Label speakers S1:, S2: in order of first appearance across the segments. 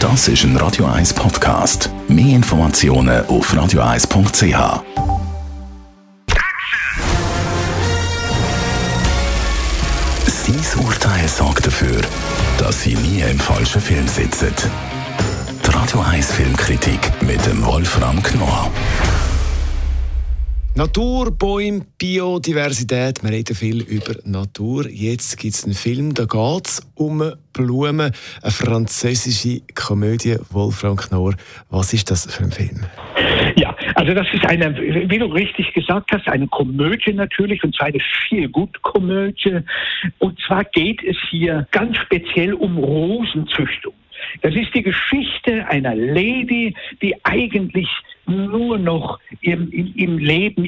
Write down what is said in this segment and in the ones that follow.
S1: Das ist ein Radio 1 Podcast. Mehr Informationen auf radio1.ch. Sein Urteil sorgt dafür, dass Sie nie im falschen Film sitzen. Die Radio 1 Filmkritik mit dem Wolfram Knorr.
S2: Natur, Bäume, Biodiversität, wir reden viel über Natur. Jetzt gibt es einen Film, da geht es um Blumen, eine französische Komödie. Wolfram Knorr, was ist das für ein Film?
S3: Ja, also das ist eine, wie du richtig gesagt hast, eine Komödie natürlich, und zwar eine Feel-Good-Komödie. Und zwar geht es hier ganz speziell um Rosenzüchtung. Das ist die Geschichte einer Lady, die eigentlich nur noch im Leben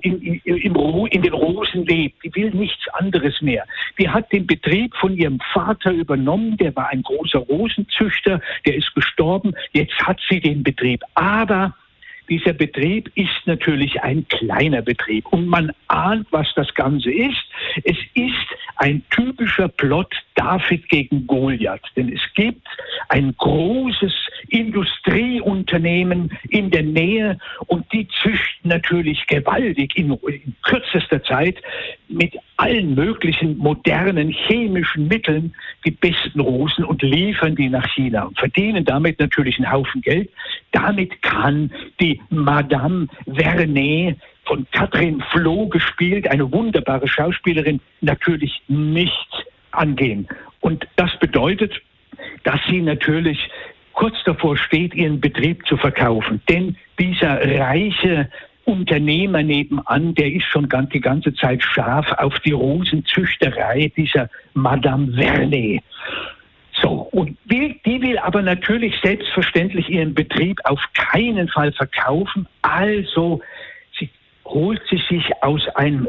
S3: in den Rosen lebt. Die will nichts anderes mehr. Die hat den Betrieb von ihrem Vater übernommen. Der war ein großer Rosenzüchter. Der ist gestorben. Jetzt hat sie den Betrieb. Aber dieser Betrieb ist natürlich ein kleiner Betrieb. Und man ahnt, was das Ganze ist. Es ist ein typischer Plot David gegen Goliath. Denn es gibt ein großes Industrieunternehmen in der Nähe und die züchten natürlich gewaltig in kürzester Zeit mit allen möglichen modernen chemischen Mitteln die besten Rosen und liefern die nach China und verdienen damit natürlich einen Haufen Geld. Damit kann die Madame Vernet, von Catherine Flo gespielt, eine wunderbare Schauspielerin, natürlich nicht angehen. Und das bedeutet, dass sie natürlich kurz davor steht, ihren Betrieb zu verkaufen. Denn dieser reiche Unternehmer nebenan, der ist schon die ganze Zeit scharf auf die Rosenzüchterei dieser Madame Vernet. So, und die will aber natürlich selbstverständlich ihren Betrieb auf keinen Fall verkaufen. Also holt sie sich aus einem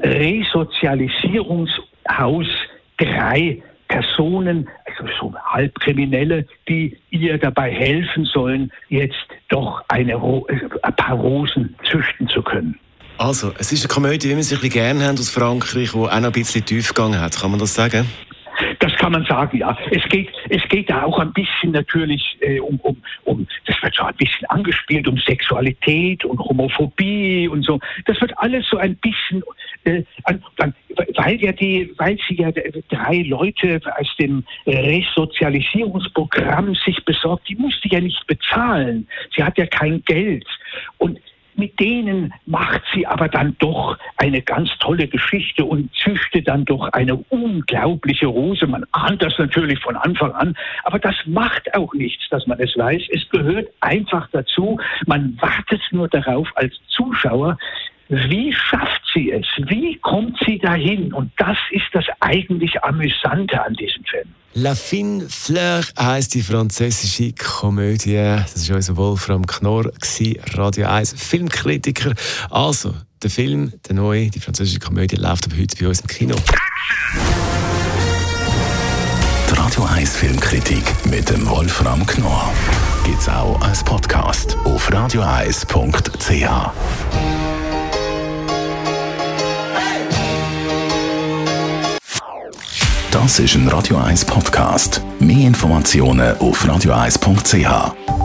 S3: Resozialisierungshaus 3 Personen, also so Halbkriminelle, die ihr dabei helfen sollen, jetzt doch ein paar Rosen züchten zu können.
S2: Also, es ist eine Komödie, wie wir sie gerne haben aus Frankreich, die auch noch ein bisschen Tiefgang hat. Kann man das sagen?
S3: Das kann man sagen, ja. Es geht da auch ein bisschen natürlich das wird so ein bisschen angespielt, um Sexualität und Homophobie und so. Das wird alles so ein bisschen, weil sie ja 3 Leute aus dem Resozialisierungsprogramm sich besorgt, die musste ja nicht bezahlen. Sie hat ja kein Geld. Und mit denen macht sie aber dann doch eine ganz tolle Geschichte und züchtet dann doch eine unglaubliche Rose. Man ahnt das natürlich von Anfang an, aber das macht auch nichts, dass man es weiß. Es gehört einfach dazu. Man wartet nur darauf als Zuschauer, wie schafft sie es? Wie kommt sie dahin? Und das ist das eigentlich Amüsante an diesem Film.
S2: La Fine Fleur heisst die französische Komödie. Das war unser Wolfram Knorr, Radio 1 Filmkritiker. Also, der Film, der neue, die französische Komödie, läuft ab heute bei uns im Kino.
S1: Die Radio 1 Filmkritik mit dem Wolfram Knorr gibt's auch als Podcast auf radio1.ch. Das ist ein Radio 1 Podcast. Mehr Informationen auf radio1.ch.